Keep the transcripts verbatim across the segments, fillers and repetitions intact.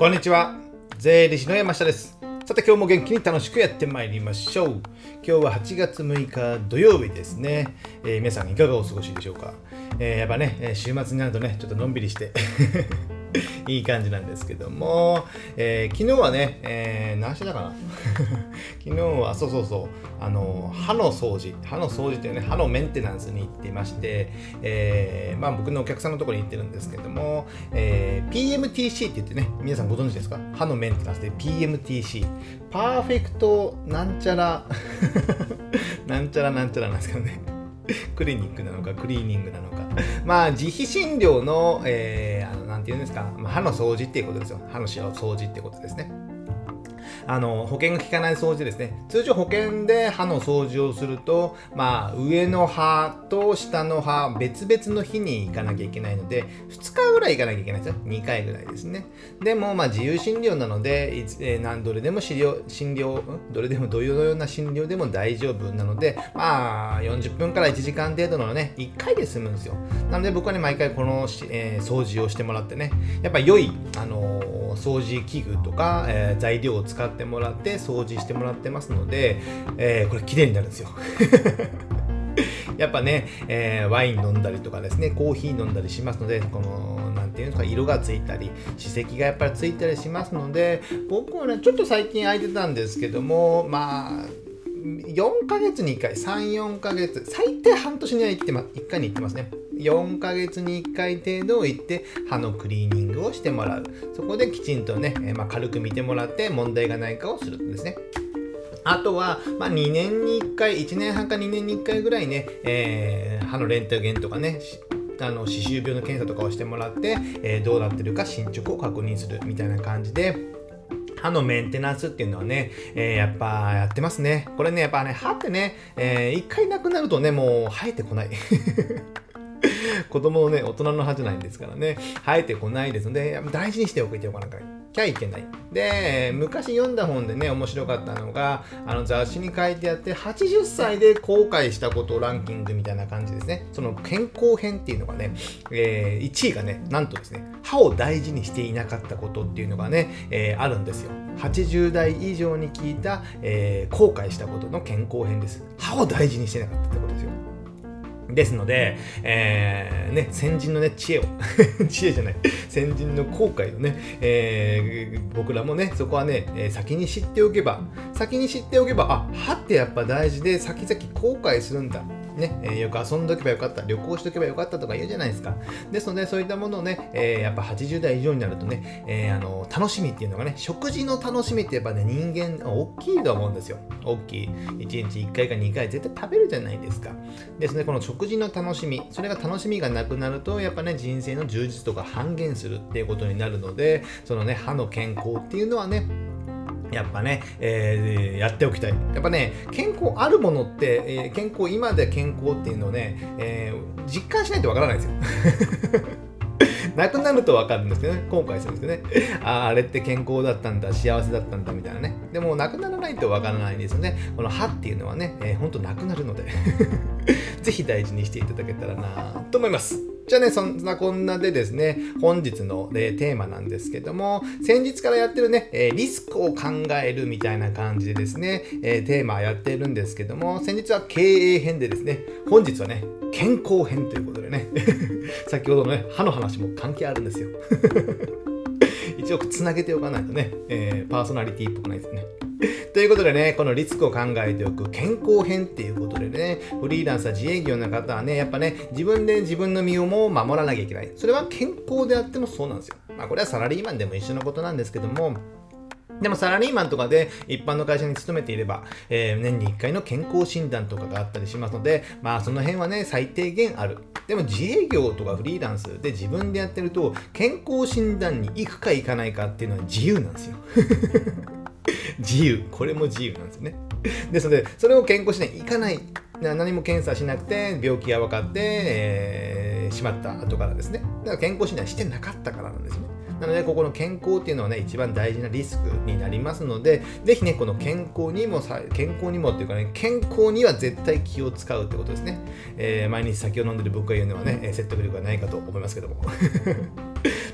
こんにちは、税理士の山下です。さて今日も元気に楽しくやってまいりましょう。今日ははちがつむいか土曜日ですね。えー、皆さんいかがお過ごしでしょうか。えー、やっぱね、週末になるとね、ちょっとのんびりしていい感じなんですけども、えー、昨日はね、えー、何してたかな昨日はそうそうそうあの歯の掃除歯の掃除というね歯のメンテナンスに行っていまして、えー、まあ僕のお客さんのところに行ってるんですけども、えー、ピーエムティーシー って言ってね、皆さんご存知ですか？歯のメンテナンスで ピーエムティーシー パーフェクトなんちゃらなんちゃらなんちゃらなんですけどねクリニックなのかクリーニングなのか、まあ自費診療の、えー、あのなんていうんですか、まあ、歯の掃除っていうことですよ。歯の掃除っていうことですね。あの保険が効かない掃除ですね。通常保険で歯の掃除をすると、まあ、上の歯と下の歯別々の日に行かなきゃいけないのでふつかぐらい行かなきゃいけないんですよ。にかいぐらいですね。でも、まあ、自由診療なのでいつ、えー、何どれでも診療診療どれでもどのような診療でも大丈夫なので、まあ、よんじゅっぷんからいちじかん程度のねいっかいで済むんですよ。なので僕はね毎回この、えー、掃除をしてもらってね、やっぱ良い、あのー、掃除器具とか、えー、材料を使ってもらって掃除してもらってますので、えー、これ綺麗になるんですよやっぱね、えー、ワイン飲んだりとかですね、コーヒー飲んだりしますので、このなんていうんですか、色がついたり歯石がやっぱりついたりしますので、僕はねちょっと最近空いてたんですけども、まあよんかげつにいっかい、さん、よんかげつ、最低半年には行ってま、いっかいに行ってますね。よんかげつにいっかい程度行って歯のクリーニングをしてもらう。そこできちんとね、えーまあ、軽く見てもらって問題がないかをするんですね。あとは、まあ、にねんにいっかい、いちねんはんかにねんにいっかいぐらいね、えー、歯のレントゲンとかね、あの歯周病の検査とかをしてもらって、えー、どうなってるか進捗を確認するみたいな感じで、歯のメンテナンスっていうのはね、えー、やっぱやってますね。これね、やっぱね、歯ってね、えー、一回なくなるとね、もう生えてこない。子供のね、大人の歯じゃないんですからね、生えてこないですので、大事にしておいておかなきゃいけない。で、昔読んだ本でね、面白かったのが、あの雑誌に書いてあって、はちじゅっさいで後悔したことランキングみたいな感じですね。その健康編っていうのがね、えー、いちいがね、なんとですね、歯を大事にしていなかったことっていうのがね、えー、あるんですよ。はちじゅうだい以上に聞いた、えー、後悔したことの健康編です。歯を大事にしてなかったってことですよ。ですので、えーね、先人の、ね、知恵を知恵じゃない先人の後悔をね、えー、僕らもねそこはね、えー、先に知っておけば先に知っておけば、あ、歯ってやっぱ大事で先々後悔するんだね、えー、よく遊んどけばよかった、旅行しとけばよかったとか言うじゃないですか。ですのでそういったものをね、えー、やっぱはちじゅうだい以上になるとね、えー、あの楽しみっていうのがね、食事の楽しみってやっぱね人間大きいと思うんですよ。大きいいちにちいっかいかにかい絶対食べるじゃないですか。ですね、この食事の楽しみ、それが楽しみがなくなるとやっぱね人生の充実度が半減するっていうことになるので、そのね歯の健康っていうのはねやっぱね、えー、やっておきたい。やっぱね、健康あるものって、えー、健康、今で健康っていうのをね、えー、実感しないとわからないですよ。なくなるとわかるんですけどね、後悔するんですけどね。ああ、あれって健康だったんだ、幸せだったんだみたいなね。でも、なくならないとわからないんですよね。この歯っていうのはね、えー、ほんとなくなるので、ぜひ大事にしていただけたらなと思います。じゃあね、そんなこんなでですね、本日の、えー、テーマなんですけども、先日からやってるね、えー、リスクを考えるみたいな感じでですね、えー、テーマやってるんですけども、先日は経営編でですね、本日はね、健康編ということでね、先ほどのね、歯の話も関係あるんですよ。一応つなげておかないとね、えー、パーソナリティっぽくないですね。ということでね、このリスクを考えておく健康編っていうことでね、フリーランサー自営業の方はね、やっぱね、自分で自分の身をも守らなきゃいけない。それは健康であってもそうなんですよ。まあこれはサラリーマンでも一緒のことなんですけども、でもサラリーマンとかで一般の会社に勤めていれば、えー、年にいっかいの健康診断とかがあったりしますので、まあその辺はね、最低限ある。でも自営業とかフリーランスで自分でやってると、健康診断に行くか行かないかっていうのは自由なんですよ。自由。これも自由なんですよね。ですので、それを健康診断行かない。何も検査しなくて病気が分かって、えー、しまった後からですね。だから健康診断してなかったからなんですね。なので、ここの健康っていうのはね、一番大事なリスクになりますので、ぜひね、この健康にもさ、健康にもっていうかね、健康には絶対気を使うってことですね。えー、毎日酒を飲んでる僕が言うのはね、説得力がないかと思いますけども。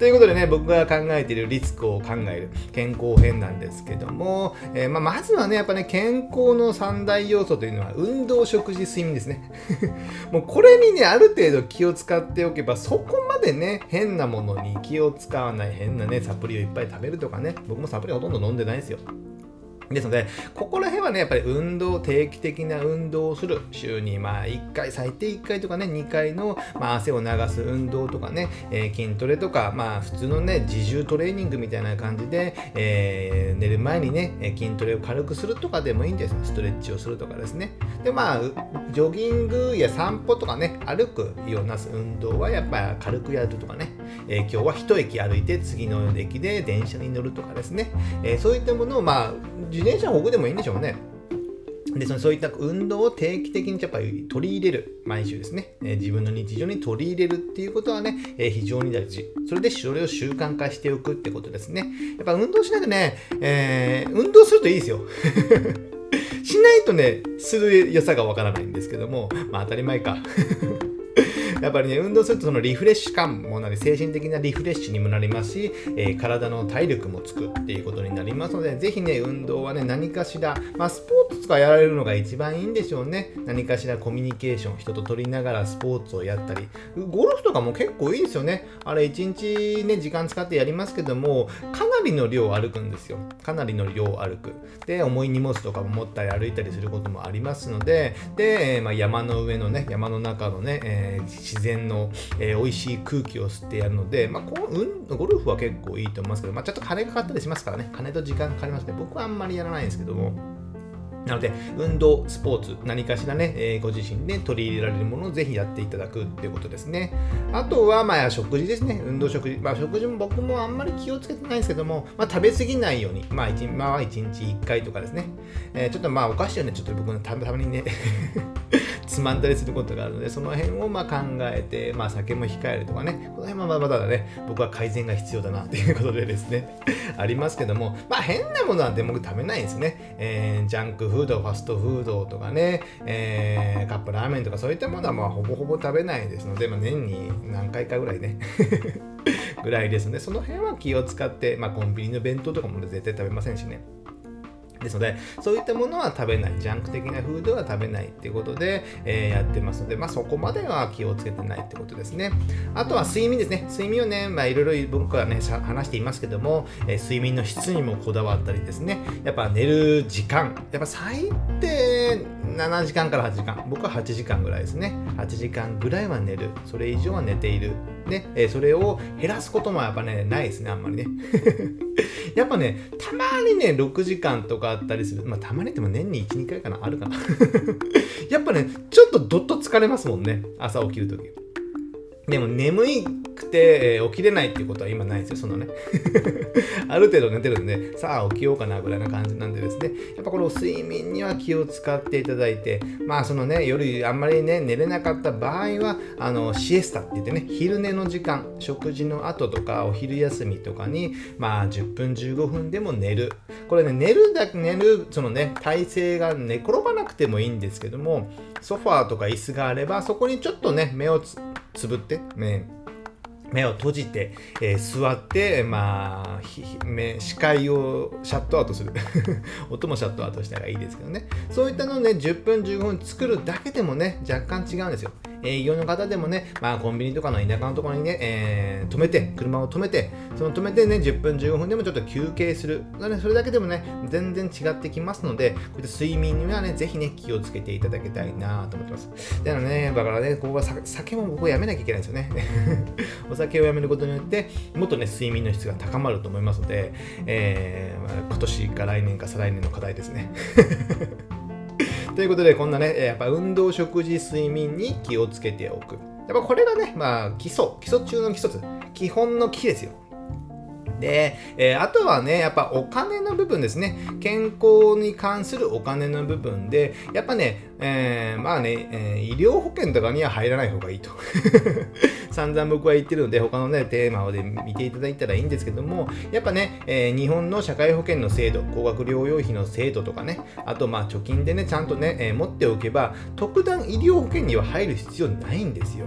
ということでね、僕が考えているリスクを考える健康編なんですけども、えーまあ、まずはね、やっぱね、健康の三大要素というのは、運動、食事、睡眠ですね。もうこれにね、ある程度気を使っておけば、そこまでね、変なものに気を使わない、変なね、サプリをいっぱい食べるとかね、僕もサプリほとんど飲んでないですよ。ですので、ここら辺はね、やっぱり運動、定期的な運動をする。週にまあいっかい、最低いっかいとかね、にかいの、まあ、汗を流す運動とかね、えー、筋トレとか、まあ普通のね、自重トレーニングみたいな感じで、えー、寝る前にね、筋トレを軽くするとかでもいいんです。ストレッチをするとかですね。で、まあ、ジョギングや散歩とかね、歩くような運動はやっぱり軽くやるとかね、えー、今日は一駅歩いて次の駅で電車に乗るとかですね、えー、そういったものをまあ、自転車保護でもいいんでしょうね。で、そのそういった運動を定期的にやっぱり取り入れる。毎週ですね、えー、自分の日常に取り入れるっていうことはね、えー、非常に大事。それでそれを習慣化しておくってことですね。やっぱ運動しないとね、えー、運動するといいですよ。しないとね、する良さがわからないんですけども、まあ当たり前か。やっぱりね、運動するとそのリフレッシュ感もなり、精神的なリフレッシュにもなりますし、えー、体の体力もつくっていうことになりますので、ぜひね、運動はね、何かしら、まあ、スポーツとかやられるのが一番いいんでしょうね。何かしらコミュニケーション、人と取りながらスポーツをやったり、ゴルフとかも結構いいですよね。あれ、一日ね、時間使ってやりますけども、かなりの量歩くんですよ。かなりの量歩く。で、重い荷物とかも持ったり歩いたりすることもありますので、で、まあ、山の上のね、山の中のね、えー自然の、えー、美味しい空気を吸ってやるので、まあ、こう、うん、ゴルフは結構いいと思いますけど、まあ、ちょっと金がかかったりしますからね、金と時間かかりますね。僕はあんまりやらないんですけども。なので、運動、スポーツ、何かしらね、えー、ご自身で取り入れられるものをぜひやっていただくっていうことですね。あとは、まあ、食事ですね。運動食事。まあ、食事も僕もあんまり気をつけてないんですけども、まあ、食べ過ぎないように、まあ、一まあ、いちにちいっかいとかですね。えー、ちょっとまあ、お菓子をね、ちょっと僕のためにね、つまんだりすることがあるので、その辺をまあ考えて、まあ、酒も控えるとかね、この辺はまだまだね、僕は改善が必要だなということでですね、ありますけども、まあ、変なものはでも僕食べないんですね。えー、ジャンクフード、ファストフードとかね、えー、カップラーメンとかそういったものはまあほぼほぼ食べないですので、まあ、年に何回かぐらいね、ぐらいですので、その辺は気を使って、まあ、コンビニの弁当とかも絶対食べませんしね。ですので、そういったものは食べない、ジャンク的なフードは食べないっていうことで、えー、やってますので、まあ、そこまでは気をつけてないってことですね。あとは睡眠ですね。睡眠をね、まあ、いろいろ僕はね、話していますけども、えー、睡眠の質にもこだわったりですね、やっぱ寝る時間、やっぱ最低ななじかんからはちじかん、僕ははちじかんぐらいですね。はちじかんぐらいは寝る、それ以上は寝ている。ね、えー、それを減らすこともやっぱね、ないですね、あんまりね。やっぱね、たまにね、ろくじかんとかあったりする。まあ、たまにでも年にいち、にかいかな、あるかな。やっぱね、ちょっとどっと疲れますもんね、朝起きるとき。でも眠くて、えー、起きれないっていうことは今ないですよ、そのね。ある程度寝てるんで、さあ起きようかなぐらいな感じなんでですね、やっぱこの睡眠には気を使っていただいて、まあそのね、夜あんまりね、寝れなかった場合は、あの、シエスタって言ってね、昼寝の時間、食事の後とか、お昼休みとかに、まあじゅっぷん、じゅうごふんでも寝る。これね、寝るだけ、寝る、そのね、体勢が寝転ばなくてもいいんですけども、ソファーとか椅子があれば、そこにちょっとね、目をつつぶって、ね、目を閉じて、えー、座って、まあ、目視界をシャットアウトする音もシャットアウトしたらいいですけどね、そういったのをねじゅっぷんじゅうごふん作るだけでもね若干違うんですよ。営業の方でもね、まあ、コンビニとかの田舎のところにね、えー、止めて車を止めてその止めてねじゅっぷんじゅうごふんでもちょっと休憩する、それだけでもね全然違ってきますので、こういった睡眠にはねぜひね気をつけていただきたいなと思ってます。だからね、だからね、ここは酒も僕はやめなきゃいけないんですよねお酒をやめることによってもっとね睡眠の質が高まると思いますので、えー、今年か来年か再来年の課題ですねということで、こんなね、やっぱ運動、食事、睡眠に気をつけておく。やっぱこれがね、まあ基礎、基礎中の基礎です。基本の木ですよ。で、えー、あとはね、やっぱお金の部分ですね。健康に関するお金の部分で、やっぱね、えー、まあね、えー、医療保険とかには入らない方がいいと。散々僕は言ってるので、他のね、テーマで見ていただいたらいいんですけども、やっぱね、えー、日本の社会保険の制度、高額療養費の制度とかね、あとまあ貯金でね、ちゃんとね、えー、持っておけば、特段医療保険には入る必要ないんですよ。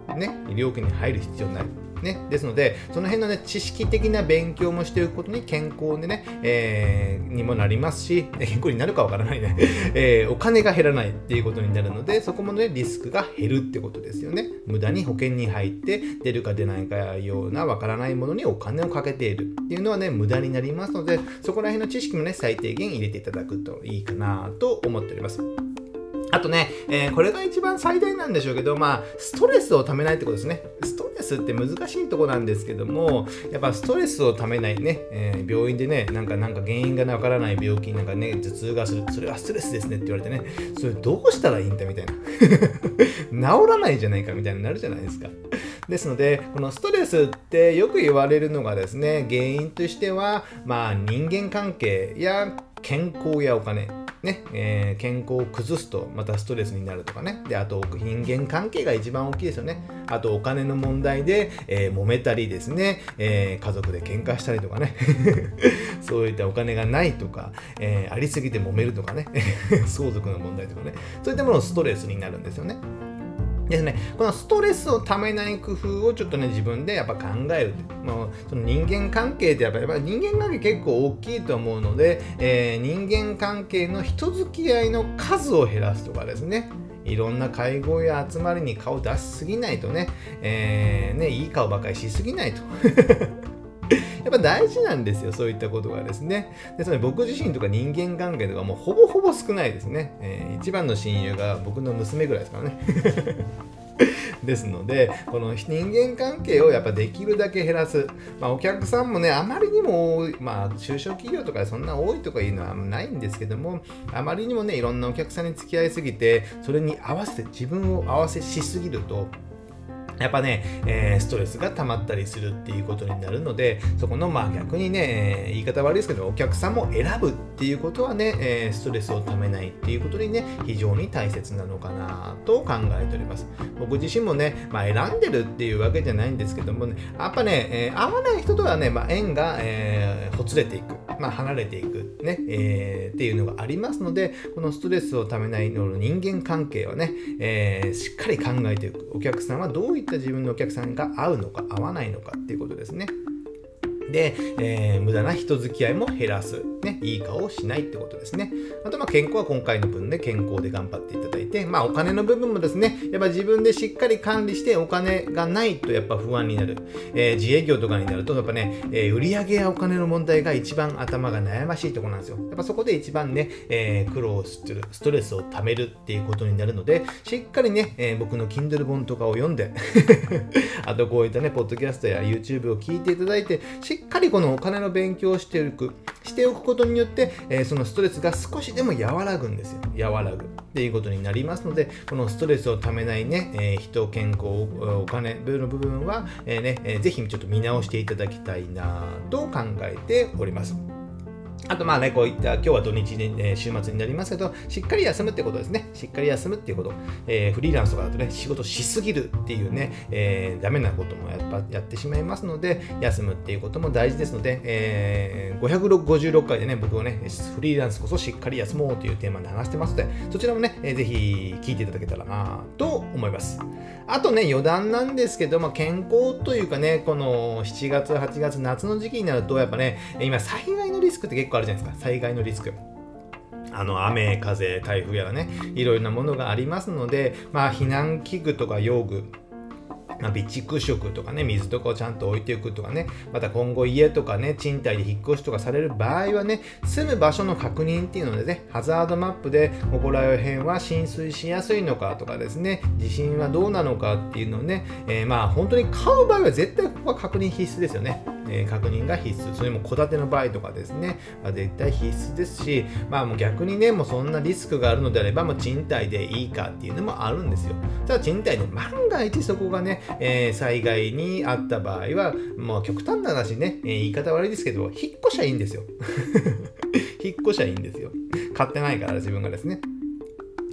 ね、料金に入る必要ない。ね、ですので、その辺のね、知識的な勉強もしておくことに健康でね、えー、にもなりますし、健康になるかわからないね、えー、お金が減らないっていうことになるので、そこもね、リスクが減るってことですよね。無駄に保険に入って、出るか出ないかようなわからないものにお金をかけているっていうのはね、無駄になりますので、そこら辺の知識もね、最低限入れていただくといいかなと思っております。あとね、えー、これが一番最大なんでしょうけど、まあ、ストレスをためないってことですね。ストレスって難しいところなんですけども、やっぱストレスをためないね、えー、病院でね、なんか、なんか原因がわからない病気なんかね、頭痛がする、それはストレスですねって言われてね、それどうしたらいいんだみたいな。治らないじゃないかみたいになるじゃないですか。ですので、このストレスってよく言われるのがですね、原因としては、まあ、人間関係や健康やお金、ねえー、健康を崩すとまたストレスになるとかね。で、あと人間関係が一番大きいですよね。あとお金の問題で、えー、揉めたりですね、えー、家族で喧嘩したりとかね。そういったお金がないとか、えー、ありすぎて揉めるとかね。相続の問題とかね。そういったもののストレスになるんですよね。ですね、このストレスをためない工夫をちょっとね自分でやっぱ考える、まあ、その人間関係ってやっぱり人間関係結構大きいと思うので、えー、人間関係の人付き合いの数を減らすとかですね、いろんな会合や集まりに顔出しすぎないとね、えー、ねいい顔ばかりしすぎないと。やっぱ大事なんですよ、そういったことがですね。ですので僕自身とか人間関係とかもうほぼほぼ少ないですね。えー、一番の親友が僕の娘ぐらいですからね。ですので、この人間関係をやっぱできるだけ減らす。まあ、お客さんもね、あまりにも多い、まあ、中小企業とかでそんな多いとかいうのはないんですけども、あまりにもね、いろんなお客さんに付き合いすぎて、それに合わせて自分を合わせしすぎると、やっぱね、えー、ストレスが溜まったりするっていうことになるので、そこのまあ逆にね、えー、言い方悪いですけど、お客さんも選ぶっていうことはね、えー、ストレスを溜めないっていうことにね、非常に大切なのかなと考えております。僕自身もね、まあ、選んでるっていうわけじゃないんですけどもね、やっぱね、えー、合わない人とはね、まあ、縁が、えー、ほつれていく、まあ、離れていく、ね、えー、っていうのがありますので、このストレスを溜めないの人間関係はね、えー、しっかり考えていく。お客さんはどういった自分のお客さんが合うのか合わないのかっていうことですね。で、えー、無駄な人付き合いも減らす、ね、いい顔をしないってことですね。あとまあ健康は今回の分で健康で頑張っていただいて、まあお金の部分もですね、やっぱ自分でしっかり管理してお金がないとやっぱ不安になる。えー、自営業とかになるとやっぱね、えー、売上やお金の問題が一番頭が悩ましいところなんですよ。やっぱそこで一番ね、えー、苦労する、ストレスをためるっていうことになるので、しっかりね、えー、僕の Kindle 本とかを読んで、あとこういったね、ポッドキャストや YouTube を聞いていただいて、しっかりこのお金の勉強をしておく、しておくことによって、えー、そのストレスが少しでも和らぐんですよ。和らぐっていうことになりますので、このストレスをためないね、えー、人、健康、お金の部分は、えーねえー、ぜひちょっと見直していただきたいなと考えております。あとまあね、こういった今日は土日に、えー、週末になりますけど、しっかり休むってことですね。しっかり休むっていうこと。えー、フリーランスとかだとね、仕事しすぎるっていうね、えー、ダメなこともやっぱやってしまいますので、休むっていうことも大事ですので、えー、ごひゃくごじゅうろっかいでね、僕はね、フリーランスこそしっかり休もうというテーマで話してますので、そちらもね、えー、ぜひ聞いていただけたらなと思います。あとね、余談なんですけど、まあ、健康というかね、このしちがつ、はちがつ、夏の時期になると、やっぱね、今、災害のリスクって結構あるじゃないですか。災害のリスク。あの、雨、風、台風やらね、いろいろなものがありますので、まあ、避難器具とか用具、まあ、備蓄食とかね、水とかをちゃんと置いておくとかね、また今後家とかね、賃貸で引っ越しとかされる場合はね、住む場所の確認っていうのでね、ハザードマップでここら辺は浸水しやすいのかとかですね、地震はどうなのかっていうのをね、えー、まあ本当に買う場合は絶対ここは確認必須ですよね。えー、確認が必須。それも戸建ての場合とかですね、まあ、絶対必須ですし、まあもう逆にね、もうそんなリスクがあるのであれば、もう賃貸でいいかっていうのもあるんですよ。ただ賃貸で万が一そこがね、えー、災害にあった場合は、もう極端な話ね、えー、言い方悪いですけど、引っ越しゃいいんですよ。引っ越しゃいいんですよ。買ってないから自分がですね。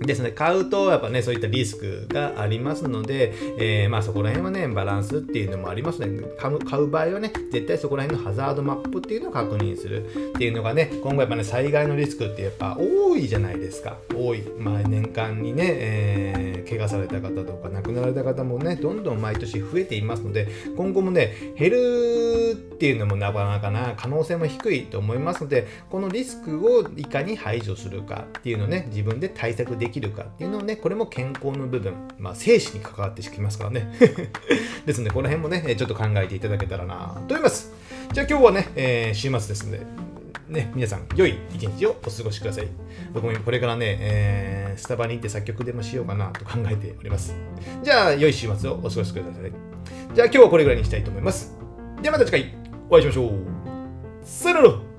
ですので、買うとやっぱね、そういったリスクがありますので、えー、まあそこら辺はね、バランスっていうのもありますので、買う、買う場合はね、絶対そこら辺のハザードマップっていうのを確認するっていうのがね、今後やっぱね、災害のリスクってやっぱ多いじゃないですか。多い。まあ年間にね、えー、怪我された方とか亡くなられた方もね、どんどん毎年増えていますので、今後もね、減るっていうのもなかなかな、可能性も低いと思いますので、このリスクをいかに排除するかっていうのをね、自分で対策できるかっていうのをね、これも健康の部分、まあ生死に関わってきますからね。ですので、この辺もね、ちょっと考えていただけたらなと思います。じゃあ今日はね、えー、週末ですので、ね、皆さん、良い一日をお過ごしください。僕もこれからね、えー、スタバに行って作曲でもしようかなと考えております。じゃあ、良い週末をお過ごしください。じゃあ今日はこれぐらいにしたいと思います。ではまた次回お会いしましょう。さよなら。